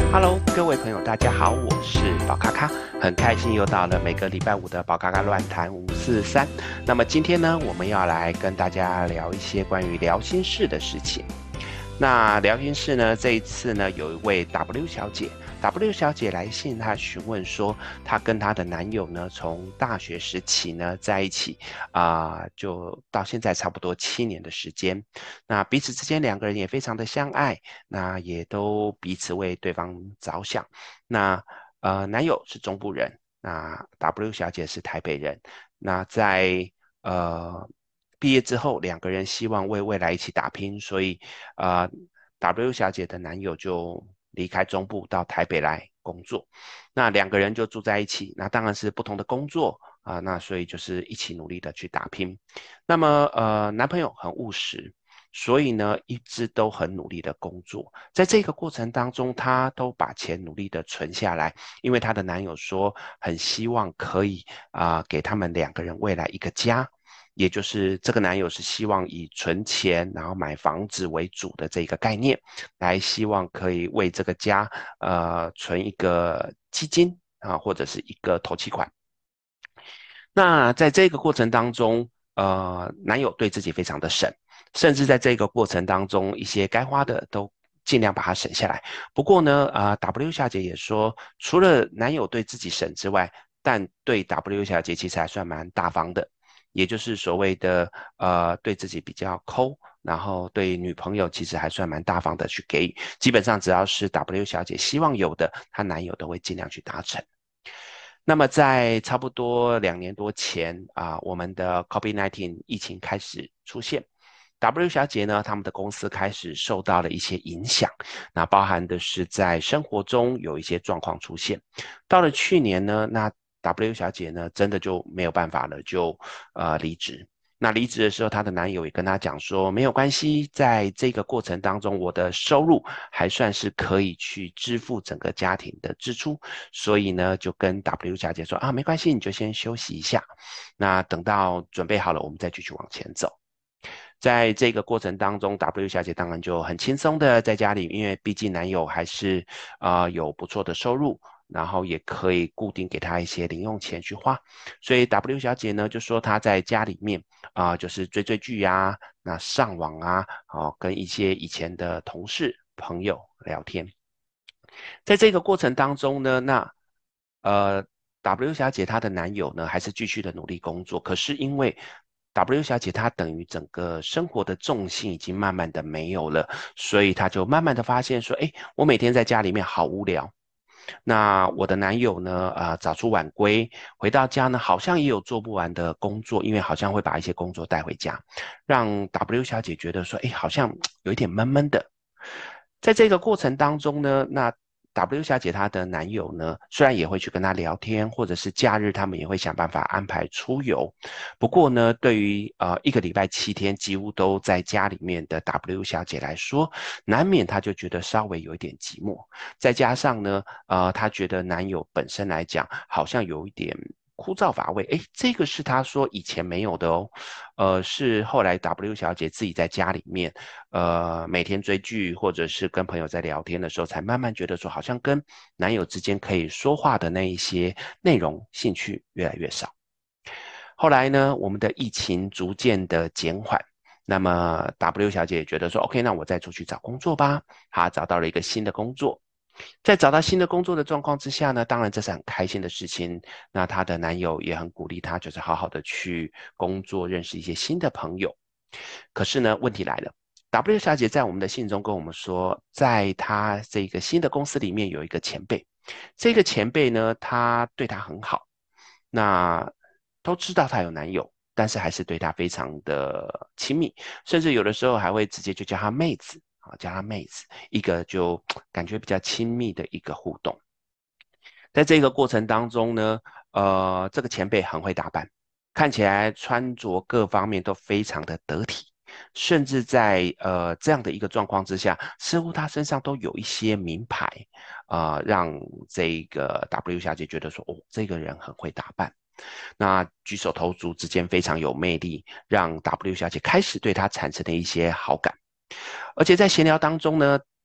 Hello，各位朋友，大家好，我是宝咖咖，很开心又到了每个礼拜五的宝咖咖乱谈543。那么今天呢，我们要来跟大家聊一些关于聊心事的事情。那聊心事呢，这一次呢，有一位 W 小姐，W 小姐来信，她询问说，她跟她的男友呢，从大学时期呢在一起就到现在差不多7年的时间。那彼此之间两个人也非常的相爱，那也都彼此为对方着想。那男友是中部人，那 W 小姐是台北人。那在呃毕业之后，两个人希望为未来一起打拼，所以呃 W 小姐的男友就离开中部到台北来工作。那两个人就住在一起，那当然是不同的工作那所以就是一起努力的去打拼。那么男朋友很务实，所以呢一直都很努力的工作。在这个过程当中，她都把钱努力的存下来，因为她的男友说很希望可以给他们两个人未来一个家。也就是这个男友是希望以存钱然后买房子为主的这个概念，来希望可以为这个家存一个基金或者是一个头期款。那在这个过程当中，男友对自己非常的省，甚至在这个过程当中，一些该花的都尽量把它省下来。不过呢，W 小姐也说，除了男友对自己省之外，但对 W 小姐其实还算蛮大方的，也就是所谓的对自己比较抠，然后对女朋友其实还算蛮大方的去给予。基本上只要是 W 小姐希望有的，她男友都会尽量去达成。那么在差不多2年多前我们的 COVID-19 疫情开始出现。W 小姐呢，他们的公司开始受到了一些影响，那包含的是在生活中有一些状况出现。到了去年呢，那 W 小姐呢，真的就没有办法了，就离职。那离职的时候，她的男友也跟她讲说，没有关系，在这个过程当中，我的收入还算是可以去支付整个家庭的支出，所以呢，就跟 W 小姐说没关系，你就先休息一下，那等到准备好了，我们再继续往前走。在这个过程当中，W 小姐当然就很轻松的在家里，因为毕竟男友还是有不错的收入，然后也可以固定给她一些零用钱去花，所以 W 小姐呢就说她在家里面就是追剧那上网跟一些以前的同事朋友聊天。在这个过程当中呢，那呃 W 小姐她的男友呢还是继续的努力工作，可是因为 W 小姐她等于整个生活的重心已经慢慢的没有了，所以她就慢慢的发现说，哎，我每天在家里面好无聊。那我的男友呢，早出晚归，回到家呢，好像也有做不完的工作，因为好像会把一些工作带回家，让 W 小姐觉得说，哎，好像有一点闷闷的。在这个过程当中呢，那 W 小姐她的男友呢，虽然也会去跟她聊天，或者是假日他们也会想办法安排出游，不过呢，对于一个礼拜7天几乎都在家里面的 W 小姐来说，难免她就觉得稍微有一点寂寞。再加上呢，她觉得男友本身来讲好像有一点枯燥乏味，诶，这个是她说以前没有的哦，是后来 W 小姐自己在家里面，每天追剧或者是跟朋友在聊天的时候，才慢慢觉得说，好像跟男友之间可以说话的那一些内容兴趣越来越少。后来呢，我们的疫情逐渐的减缓，那么 W 小姐也觉得说，OK，那我再出去找工作吧。她找到了一个新的工作，在找到新的工作的状况之下呢，当然这是很开心的事情。那她的男友也很鼓励她，就是好好的去工作，认识一些新的朋友。可是呢，问题来了。W 小姐在我们的信中跟我们说，在她这个新的公司里面有一个前辈，这个前辈呢，他对她很好，那都知道她有男友，但是还是对她非常的亲密，甚至有的时候还会直接就叫她妹子叫她妹子，一个就感觉比较亲密的一个互动。在这个过程当中呢，这个前辈很会打扮，看起来穿着各方面都非常的得体，甚至在这样的一个状况之下，似乎他身上都有一些名牌，让这个 W 小姐觉得说，哦，这个人很会打扮，那举手投足之间非常有魅力，让 W 小姐开始对他产生了一些好感。而且在闲聊当中呢。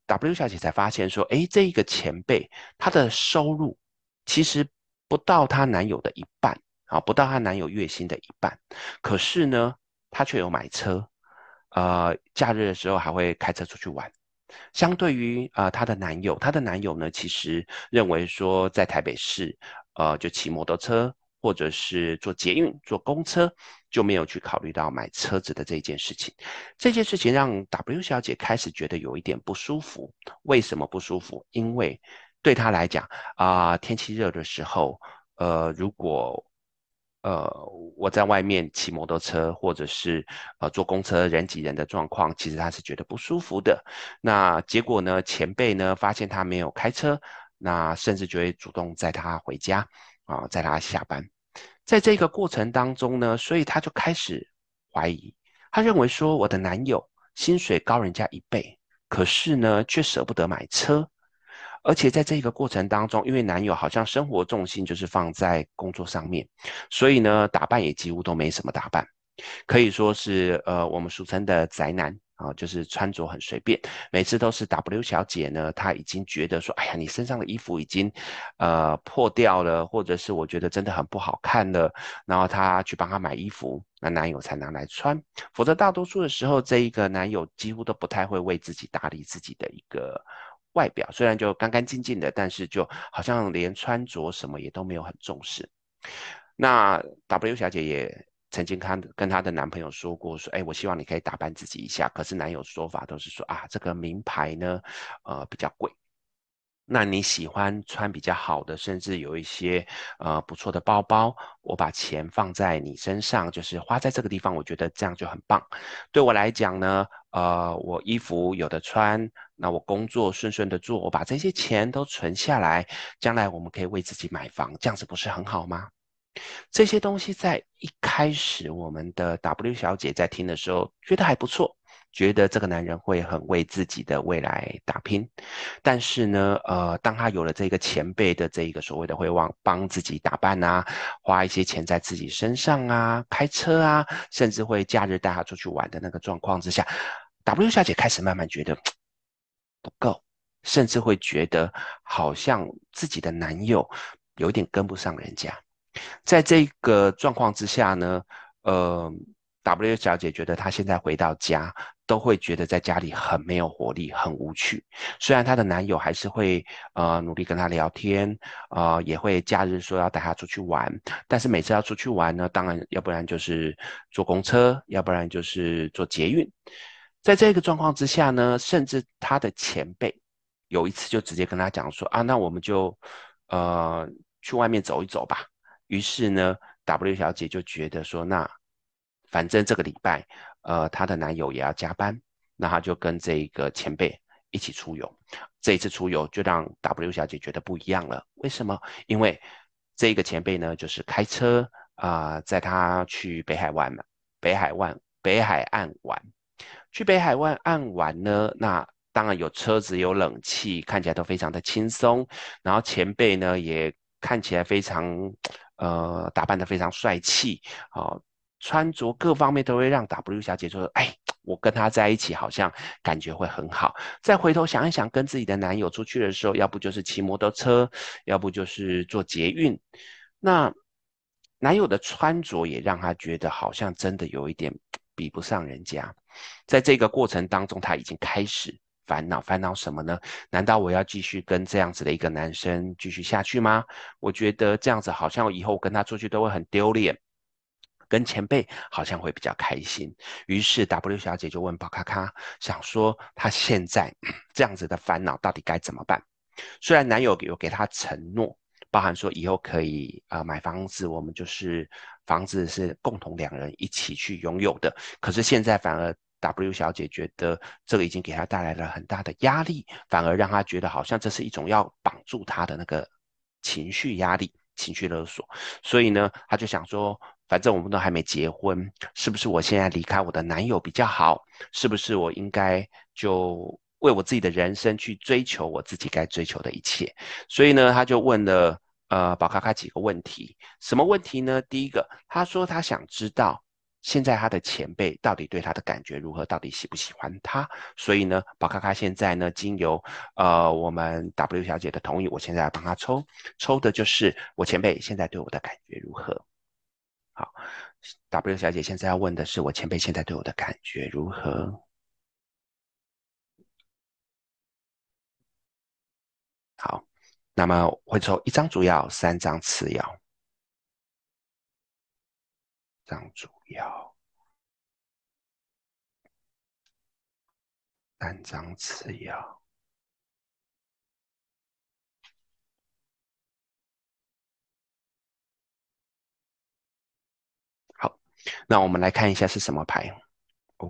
W 小姐才发现说，诶，这一个前辈她的收入其实不到她男友的一半啊，不到她男友月薪的一半，可是呢，她却有买车，假日的时候还会开车出去玩。相对于她的男友呢，其实认为说在台北市，就骑摩托车或者是坐捷运、坐公车，就没有去考虑到买车子的这件事情。这件事情让 W 小姐开始觉得有一点不舒服。为什么不舒服？因为对她来讲天气热的时候，如果呃，我在外面骑摩托车，或者是坐公车人挤人的状况，其实他是觉得不舒服的。那结果呢，前辈呢发现他没有开车，那甚至就会主动载他回家载他下班。在这个过程当中呢，所以他就开始怀疑，他认为说我的男友薪水高人家1倍，可是呢却舍不得买车。而且在这个过程当中，因为男友好像生活重心就是放在工作上面，所以呢，打扮也几乎都没什么打扮，可以说是我们俗称的宅男就是穿着很随便，每次都是 W 小姐呢，她已经觉得说，哎呀，你身上的衣服已经破掉了，或者是我觉得真的很不好看了，然后她去帮她买衣服，那男友才拿来穿，否则大多数的时候，这一个男友几乎都不太会为自己打理自己的一个外表，虽然就干干净净的，但是就好像连穿着什么也都没有很重视。那 W 小姐也曾经跟她的男朋友说过，说，哎，我希望你可以打扮自己一下。可是男友说法都是说这个名牌呢，比较贵。那你喜欢穿比较好的，甚至有一些不错的包包，我把钱放在你身上，就是花在这个地方，我觉得这样就很棒。对我来讲呢，我衣服有的穿，那我工作顺顺的做，我把这些钱都存下来，将来我们可以为自己买房，这样子不是很好吗？这些东西在一开始，我们的 W 小姐在听的时候觉得还不错，觉得这个男人会很为自己的未来打拼。但是呢，当他有了这个前辈的这一个所谓的会帮自己打扮花一些钱在自己身上开车甚至会假日带他出去玩的那个状况之下，W 小姐开始慢慢觉得不够，甚至会觉得好像自己的男友有点跟不上人家。在这个状况之下呢，呃，W 小姐觉得她现在回到家都会觉得在家里很没有活力，很无趣。虽然她的男友还是会努力跟她聊天，也会假日说要带她出去玩，但是每次要出去玩呢，当然要不然就是坐公车，要不然就是坐捷运。在这个状况之下呢，甚至她的前辈有一次就直接跟她讲说那我们就呃去外面走一走吧。于是呢，W 小姐就觉得说，那反正这个礼拜，她的男友也要加班，那她就跟这个前辈一起出游。这一次出游就让 W 小姐觉得不一样了。为什么？因为这个前辈呢，就是开车载她去北海岸玩。去北海岸玩呢，那当然有车子有冷气，看起来都非常的轻松。然后前辈呢也看起来非常打扮得非常帅气，穿着各方面都会让 W 小姐说，哎，我跟他在一起好像感觉会很好。再回头想一想，跟自己的男友出去的时候，要不就是骑摩托车，要不就是坐捷运，那男友的穿着也让她觉得好像真的有一点比不上人家。在这个过程当中，她已经开始烦恼，烦恼什么呢？难道我要继续跟这样子的一个男生继续下去吗？我觉得这样子好像以后跟他出去都会很丢脸。跟前辈好像会比较开心，于是 W 小姐就问宝咖咖，想说她现在这样子的烦恼到底该怎么办？虽然男友有给她承诺，包含说以后可以买房子，我们就是房子是共同两人一起去拥有的，可是现在反而 W 小姐觉得这个已经给她带来了很大的压力，反而让她觉得好像这是一种要绑住她的那个情绪压力、情绪勒索，所以呢，她就想说，反正我们都还没结婚，是不是我现在离开我的男友比较好？是不是我应该就为我自己的人生去追求我自己该追求的一切？所以呢，他就问了宝咖咖几个问题。什么问题呢？第一个，他说他想知道现在他的前辈到底对他的感觉如何，到底喜不喜欢他。所以呢，宝咖咖现在呢，经由我们 W 小姐的同意，我现在来帮她抽，抽的就是我前辈现在对我的感觉如何。好，W 小姐现在要问的是我前辈现在对我的感觉如何。好，那么会抽一张主要，三张次要，张主要，三张次要。好，那我们来看一下是什么牌。哦，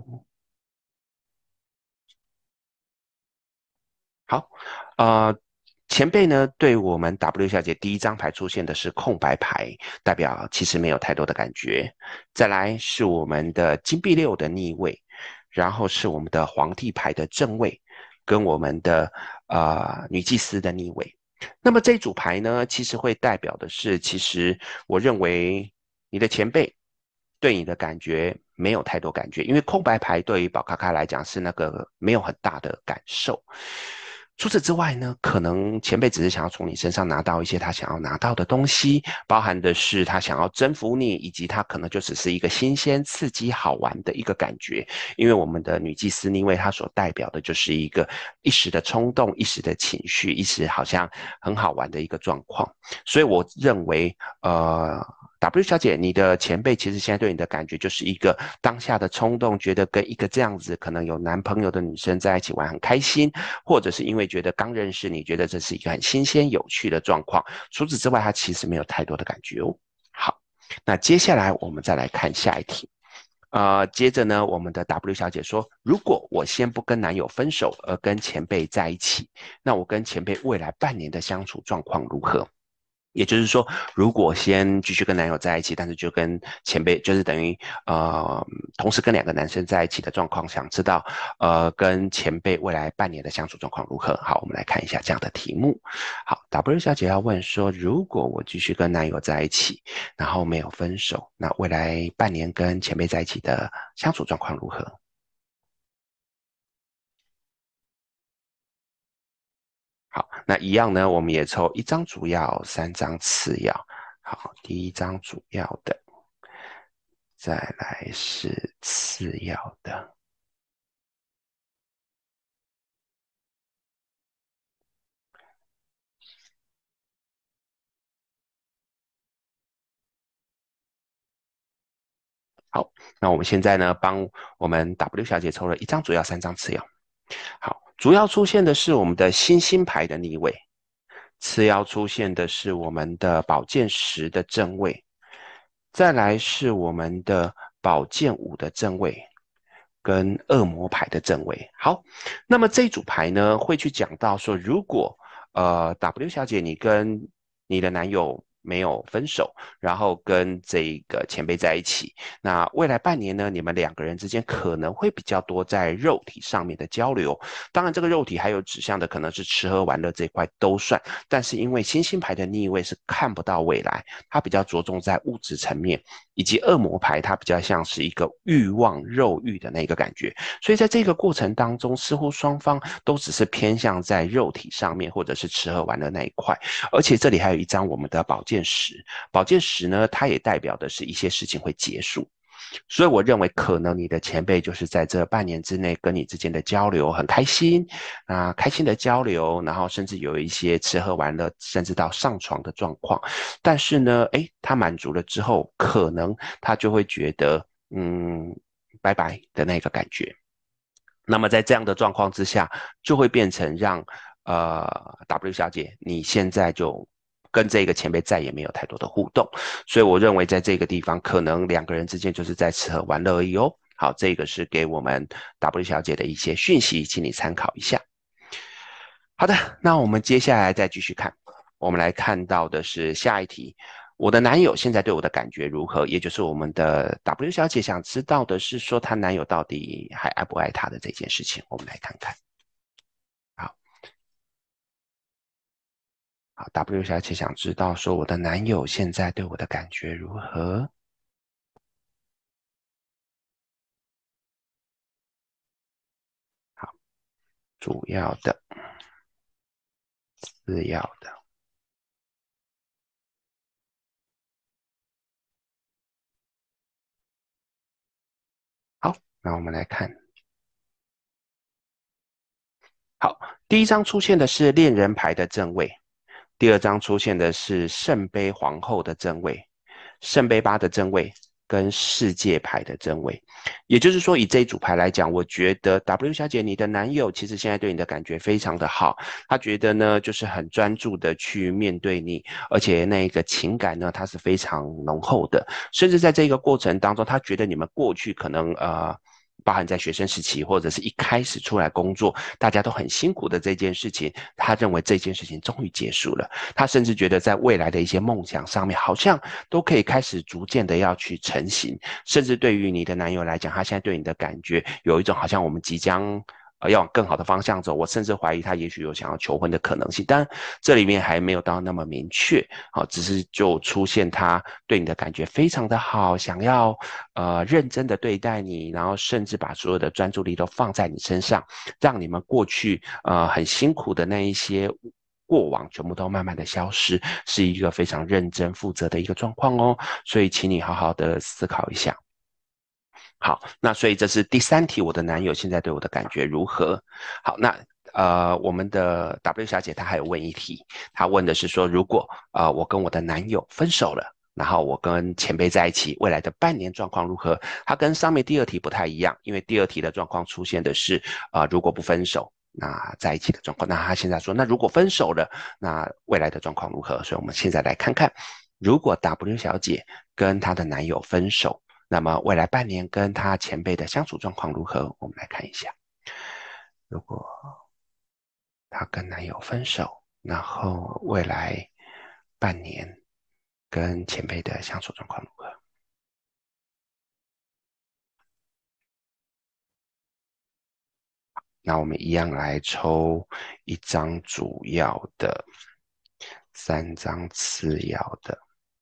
好，前辈呢对我们 W 小姐第一张牌出现的是空白牌，代表其实没有太多的感觉。再来是我们的金币六的逆位，然后是我们的皇帝牌的正位，跟我们的女祭司的逆位。那么这组牌呢，其实会代表的是，其实我认为你的前辈对你的感觉没有太多感觉，因为空白牌对于宝咖咖来讲是那个没有很大的感受。除此之外呢，可能前辈只是想要从你身上拿到一些他想要拿到的东西，包含的是他想要征服你，以及他可能就只是一个新鲜、刺激、好玩的一个感觉。因为我们的女祭司逆位，它所代表的就是一个一时的冲动、一时的情绪、一时好像很好玩的一个状况。所以我认为，W 小姐，你的前辈其实现在对你的感觉就是一个当下的冲动，觉得跟一个这样子可能有男朋友的女生在一起玩很开心，或者是因为觉得刚认识你，觉得这是一个很新鲜有趣的状况。除此之外，他其实没有太多的感觉哦。好，那接下来我们再来看下一题。接着呢，我们的 W 小姐说，如果我先不跟男友分手，而跟前辈在一起，那我跟前辈未来半年的相处状况如何？也就是说，如果先继续跟男友在一起，但是就跟前辈，就是等于同时跟两个男生在一起的状况，想知道跟前辈未来半年的相处状况如何？好，我们来看一下这样的题目。好，W 小姐要问说，如果我继续跟男友在一起，然后没有分手，那未来半年跟前辈在一起的相处状况如何？好，那一样呢，我们也抽一张主要，三张次要。好，第一张主要的。再来是次要的。好，那我们现在呢，帮我们 W 小姐抽了一张主要，三张次要。好，主要出现的是我们的星星牌的逆位，次要出现的是我们的宝剑十的正位，再来是我们的宝剑五的正位，跟恶魔牌的正位。好，那么这一组牌呢，会去讲到说，如果W 小姐你跟你的男友没有分手，然后跟这个前辈在一起，那未来半年呢，你们两个人之间可能会比较多在肉体上面的交流。当然，这个肉体还有指向的可能是吃喝玩乐这一块都算，但是因为星星牌的逆位是看不到未来，它比较着重在物质层面，以及恶魔牌它比较像是一个欲望肉欲的那个感觉，所以在这个过程当中，似乎双方都只是偏向在肉体上面，或者是吃喝玩乐那一块。而且这里还有一张我们的宝剑十，宝剑十呢，它也代表的是一些事情会结束。所以我认为，可能你的前辈就是在这半年之内跟你之间的交流很开心，开心的交流，然后甚至有一些吃喝玩乐，甚至到上床的状况。但是呢，诶，他满足了之后，可能他就会觉得，拜拜的那个感觉。那么在这样的状况之下，就会变成让W 小姐你现在就跟这个前辈再也没有太多的互动，所以我认为在这个地方可能两个人之间就是在吃喝玩乐而已哦。好，这个是给我们 W 小姐的一些讯息，请你参考一下。好的，那我们接下来再继续看，我们来看到的是下一题。我的男友现在对我的感觉如何？也就是我们的 W 小姐想知道的是说她男友到底还爱不爱她的这件事情，我们来看看。好好，W 小姐想知道说我的男友现在对我的感觉如何？ 主要的、次要的。好，那我们来看。好，第一张出现的是恋人牌的正位，第二张出现的是圣杯皇后的正位，圣杯八的正位跟世界牌的正位。也就是说，以这一组牌来讲，我觉得 W 小姐你的男友其实现在对你的感觉非常的好，他觉得呢就是很专注的去面对你，而且那个情感呢他是非常浓厚的，甚至在这个过程当中，他觉得你们过去可能包含在学生时期或者是一开始出来工作，大家都很辛苦的这件事情，他认为这件事情终于结束了。他甚至觉得在未来的一些梦想上面，好像都可以开始逐渐的要去成型。甚至对于你的男友来讲，他现在对你的感觉有一种好像我们即将要往更好的方向走。我甚至怀疑他也许有想要求婚的可能性，但这里面还没有到那么明确，好，只是就出现他对你的感觉非常的好，想要认真的对待你，然后甚至把所有的专注力都放在你身上，让你们过去很辛苦的那一些过往全部都慢慢的消失，是一个非常认真负责的一个状况哦。所以请你好好的思考一下。好，那所以这是第三题，我的男友现在对我的感觉如何？好，那我们的 W 小姐她还有问一题，她问的是说，如果我跟我的男友分手了，然后我跟前辈在一起，未来的半年状况如何？她跟上面第二题不太一样，因为第二题的状况出现的是如果不分手。那在一起的状况，那她现在说，那如果分手了，那未来的状况如何？所以我们现在来看看，如果 W 小姐跟她的男友分手，那么未来半年跟她前辈的相处状况如何？我们来看一下。如果她跟男友分手，然后未来半年跟前辈的相处状况如何？那我们一样来抽一张主要的，三张次要的。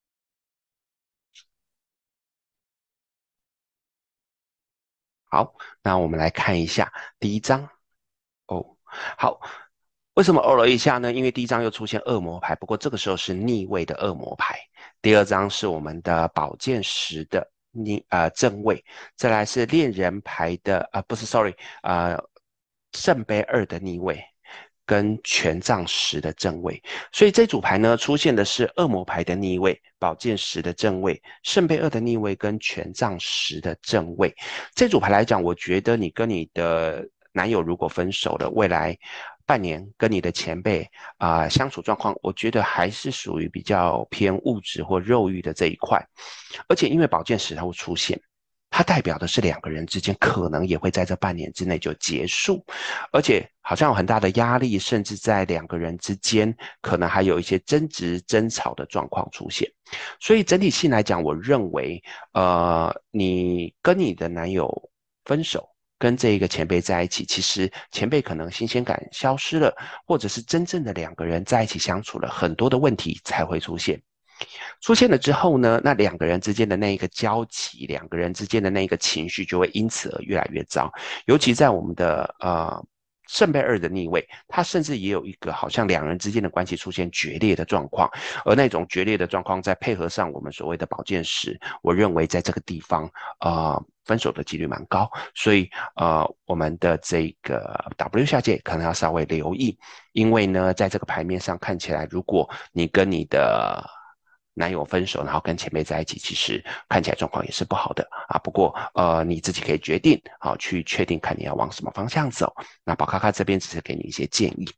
好，那我们来看一下第一张。哦，好，为什么偶了一下呢？因为第一张又出现恶魔牌，不过这个时候是逆位的恶魔牌。第二张是我们的宝剑十的正位，再来是恋人牌的不是，sorry，圣杯二的逆位。跟权杖十的正位，所以这组牌呢出现的是恶魔牌的逆位、宝剑十的正位、圣杯二的逆位跟权杖十的正位。这组牌来讲，我觉得你跟你的男友如果分手了，未来半年跟你的前辈相处状况，我觉得还是属于比较偏物质或肉欲的这一块。而且因为宝剑十它会出现，它代表的是两个人之间可能也会在这半年之内就结束，而且好像有很大的压力，甚至在两个人之间可能还有一些争执、争吵的状况出现。所以整体性来讲，我认为，你跟你的男友分手。跟这一个前辈在一起，其实前辈可能新鲜感消失了，或者是真正的两个人在一起相处了，很多的问题才会出现。出现了之后呢，那两个人之间的那一个交集，两个人之间的那一个情绪就会因此而越来越糟。尤其在我们的圣杯二的逆位，它甚至也有一个好像两人之间的关系出现决裂的状况，而那种决裂的状况再配合上我们所谓的宝剑十，我认为在这个地方分手的几率蛮高，所以我们的这个 W 小姐可能要稍微留意，因为呢，在这个牌面上看起来，如果你跟你的男友分手，然后跟前辈在一起，其实看起来状况也是不好的啊。不过你自己可以决定，好去确定看你要往什么方向走。那宝咖咖这边只是给你一些建议。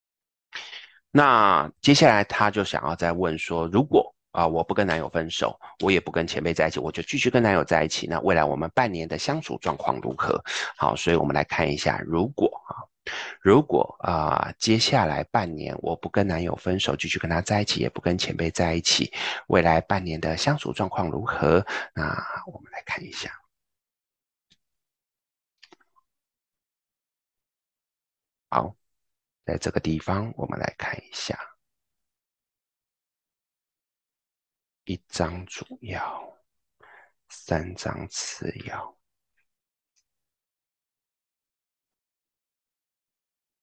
那接下来他就想要再问说，如果我不跟男友分手，我也不跟前辈在一起，我就继续跟男友在一起，那未来我们半年的相处状况如何？好，所以我们来看一下，如果接下来半年我不跟男友分手，继续跟他在一起，也不跟前辈在一起，未来半年的相处状况如何？那我们来看一下。好，在这个地方我们来看一下一张主要，三张次要。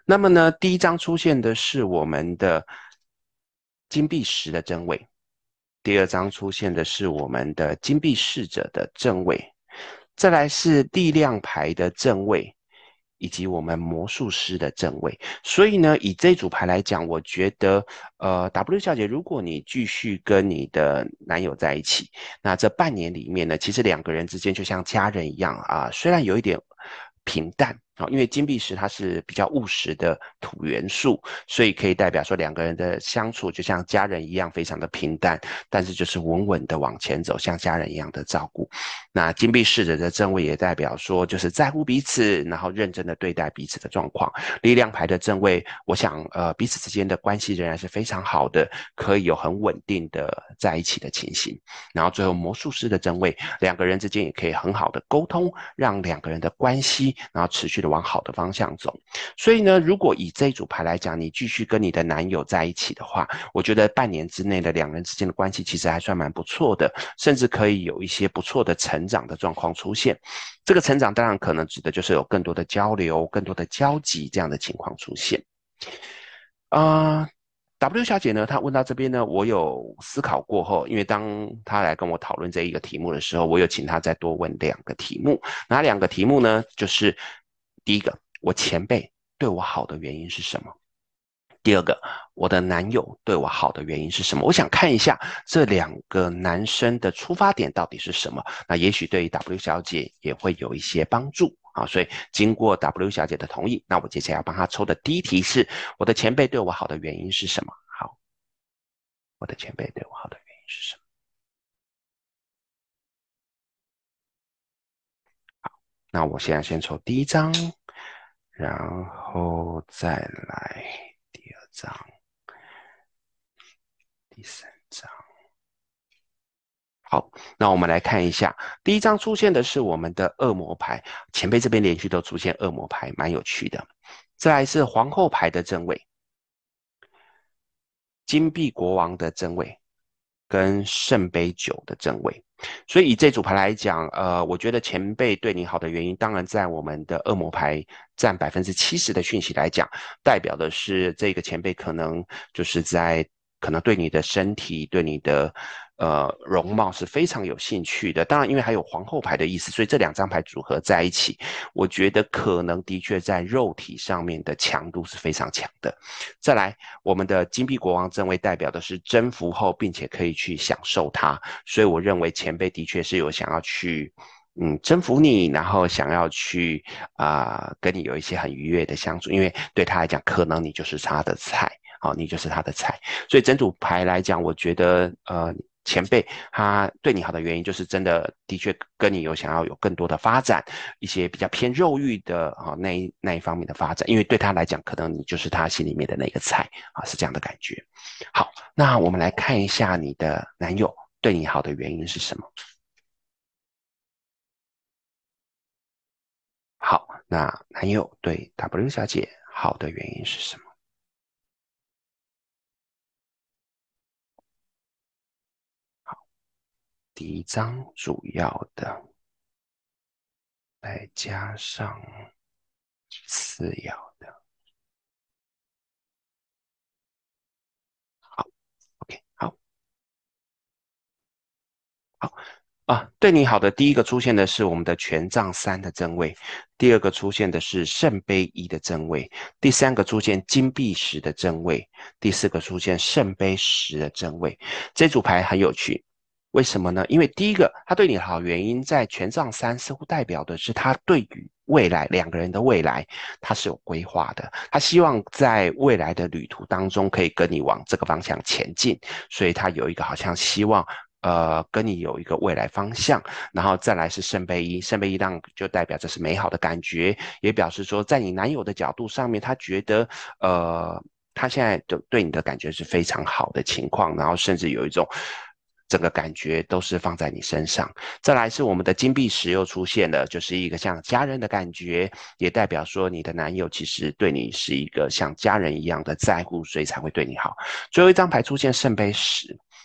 那么呢，第一张出现的是我们的金币十的正位，第二张出现的是我们的金币侍者的正位，再来是力量牌的正位，以及我们魔术师的正位。所以呢，以这组牌来讲，我觉得，W 小姐，如果你继续跟你的男友在一起，那这半年里面呢，其实两个人之间就像家人一样啊，虽然有一点平淡。好，因为金币石它是比较务实的土元素，所以可以代表说两个人的相处就像家人一样，非常的平淡，但是就是稳稳的往前走，像家人一样的照顾。那金币侍者的正位也代表说，就是在乎彼此，然后认真的对待彼此的状况。力量牌的正位，我想彼此之间的关系仍然是非常好的，可以有很稳定的在一起的情形。然后最后魔术师的正位，两个人之间也可以很好的沟通，让两个人的关系然后持续的往好的方向走。所以呢，如果以这一组牌来讲，你继续跟你的男友在一起的话，我觉得半年之内的两人之间的关系其实还算蛮不错的，甚至可以有一些不错的成长的状况出现。这个成长当然可能指的就是有更多的交流、更多的交集这样的情况出现。W 小姐呢，她问到这边呢，我有思考过后，因为当她来跟我讨论这一个题目的时候，我有请她再多问两个题目。哪两个题目呢？就是第一个，我前辈对我好的原因是什么？第二个，我的男友对我好的原因是什么？我想看一下这两个男生的出发点到底是什么。那也许对于 W 小姐也会有一些帮助啊。所以经过 W 小姐的同意，那我接下来要帮她抽的第一题是：我的前辈对我好的原因是什么？好，我的前辈对我好的原因是什么？那我现在先抽第一张，然后再来第二张、第三张。好，那我们来看一下，第一张出现的是我们的恶魔牌，前辈这边连续都出现恶魔牌，蛮有趣的。再来是皇后牌的正位，金币国王的正位，跟圣杯九的正位。所以以这组牌来讲，我觉得前辈对你好的原因，当然在我们的恶魔牌占70%的讯息来讲，代表的是这个前辈可能就是可能对你的身体、对你的容貌是非常有兴趣的。当然，因为还有皇后牌的意思，所以这两张牌组合在一起，我觉得可能的确在肉体上面的强度是非常强的。再来，我们的金币国王正位代表的是征服后，并且可以去享受它，所以我认为前辈的确是有想要去征服你，然后想要去跟你有一些很愉悦的相处，因为对他来讲，可能你就是他的菜，好，你就是他的菜。所以整组牌来讲，我觉得前辈他对你好的原因，就是真的的确跟你有想要有更多的发展，一些比较偏肉欲的那一方面的发展，因为对他来讲，可能你就是他心里面的那个菜啊，是这样的感觉。好，那我们来看一下你的男友对你好的原因是什么？好，那男友对 W 小姐好的原因是什么？第一张主要的，再加上次要的。好，OK，好。好对你好的第一个出现的是我们的权杖三的正位，第二个出现的是圣杯一的正位，第三个出现金币十的正位，第四个出现圣杯十的正位。这组牌很有趣，为什么呢？因为第一个他对你好原因在权杖三似乎代表的是他对于未来两个人的未来他是有规划的，他希望在未来的旅途当中可以跟你往这个方向前进，所以他有一个好像希望。跟你有一个未来方向，然后再来是圣杯一，圣杯一让就代表这是美好的感觉，也表示说在你男友的角度上面，他觉得他现在对你的感觉是非常好的情况，然后甚至有一种整个感觉都是放在你身上。再来是我们的金币石又出现了，就是一个像家人的感觉，也代表说你的男友其实对你是一个像家人一样的在乎，所以才会对你好。最后一张牌出现圣杯十。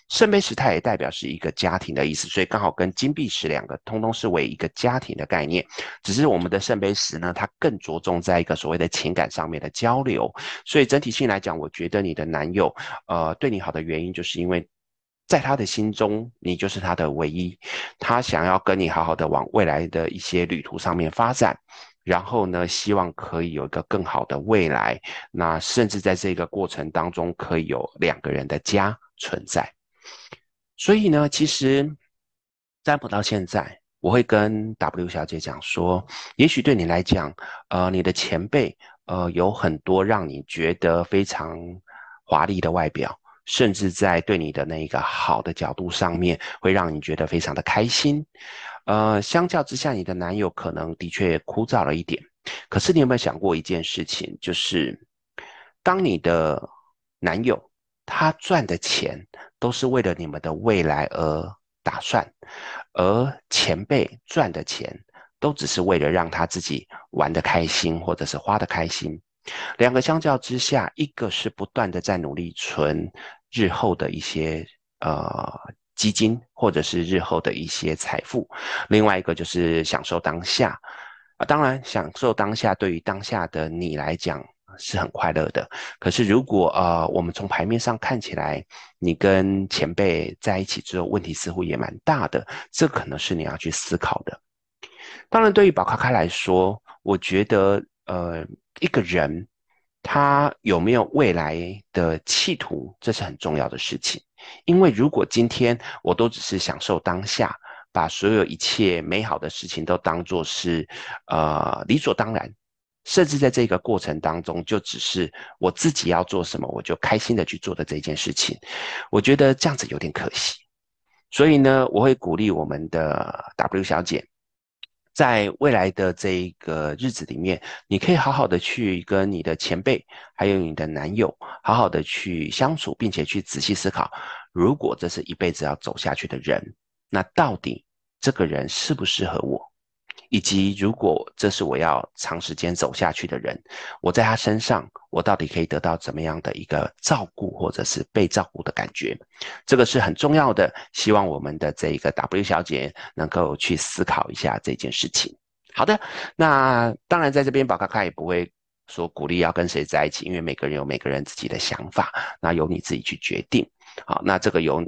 圣杯十它也代表是一个家庭的意思，所以刚好跟金币十两个通通是为一个家庭的概念。只是我们的圣杯十呢，它更着重在一个所谓的情感上面的交流。所以整体性来讲，我觉得你的男友对你好的原因，就是因为在他的心中，你就是他的唯一，他想要跟你好好的往未来的一些旅途上面发展。然后呢，希望可以有一个更好的未来，那甚至在这个过程当中，可以有两个人的家存在。所以呢，其实占卜到现在，我会跟 W 小姐讲说，也许对你来讲，你的前辈，有很多让你觉得非常华丽的外表，甚至在对你的那个好的角度上面，会让你觉得非常的开心。相较之下，你的男友可能的确枯燥了一点。可是你有没有想过一件事情，就是当你的男友他赚的钱都是为了你们的未来而打算，而前辈赚的钱都只是为了让他自己玩得开心，或者是花得开心。两个相较之下，一个是不断的在努力存日后的一些基金，或者是日后的一些财富，另外一个就是享受当下。当然，享受当下对于当下的你来讲是很快乐的。可是如果我们从牌面上看起来，你跟前辈在一起之后，问题似乎也蛮大的，这可能是你要去思考的。当然，对于宝咖咖来说，我觉得一个人他有没有未来的企图，这是很重要的事情。因为如果今天我都只是享受当下，把所有一切美好的事情都当作是理所当然，甚至在这个过程当中，就只是我自己要做什么，我就开心的去做的这件事情，我觉得这样子有点可惜。所以呢，我会鼓励我们的 W 小姐，在未来的这一个日子里面，你可以好好的去跟你的前辈，还有你的男友，好好的去相处，并且去仔细思考，如果这是一辈子要走下去的人，那到底这个人适不适合我？以及如果这是我要长时间走下去的人，我在他身上，我到底可以得到怎么样的一个照顾，或者是被照顾的感觉？这个是很重要的，希望我们的这个 W 小姐能够去思考一下这件事情。好的，那当然在这边宝咖咖也不会说鼓励要跟谁在一起，因为每个人有每个人自己的想法，那由你自己去决定。好，那这个由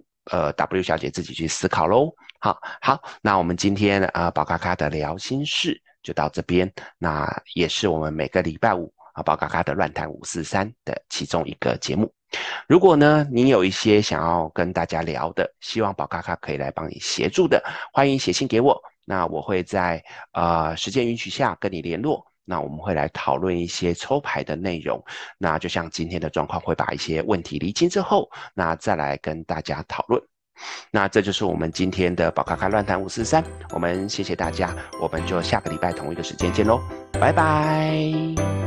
W 小姐自己去思考咯。好，那我们今天宝咖咖的聊心事就到这边，那也是我们每个礼拜五宝咖咖的乱谈543的其中一个节目。如果呢你有一些想要跟大家聊的，希望宝咖咖可以来帮你协助的，欢迎写信给我，那我会在时间允许下跟你联络。那我们会来讨论一些抽牌的内容，那就像今天的状况，会把一些问题厘清之后，那再来跟大家讨论。那这就是我们今天的宝咖咖乱谈543，我们谢谢大家，我们就下个礼拜同一个时间见喽，拜拜。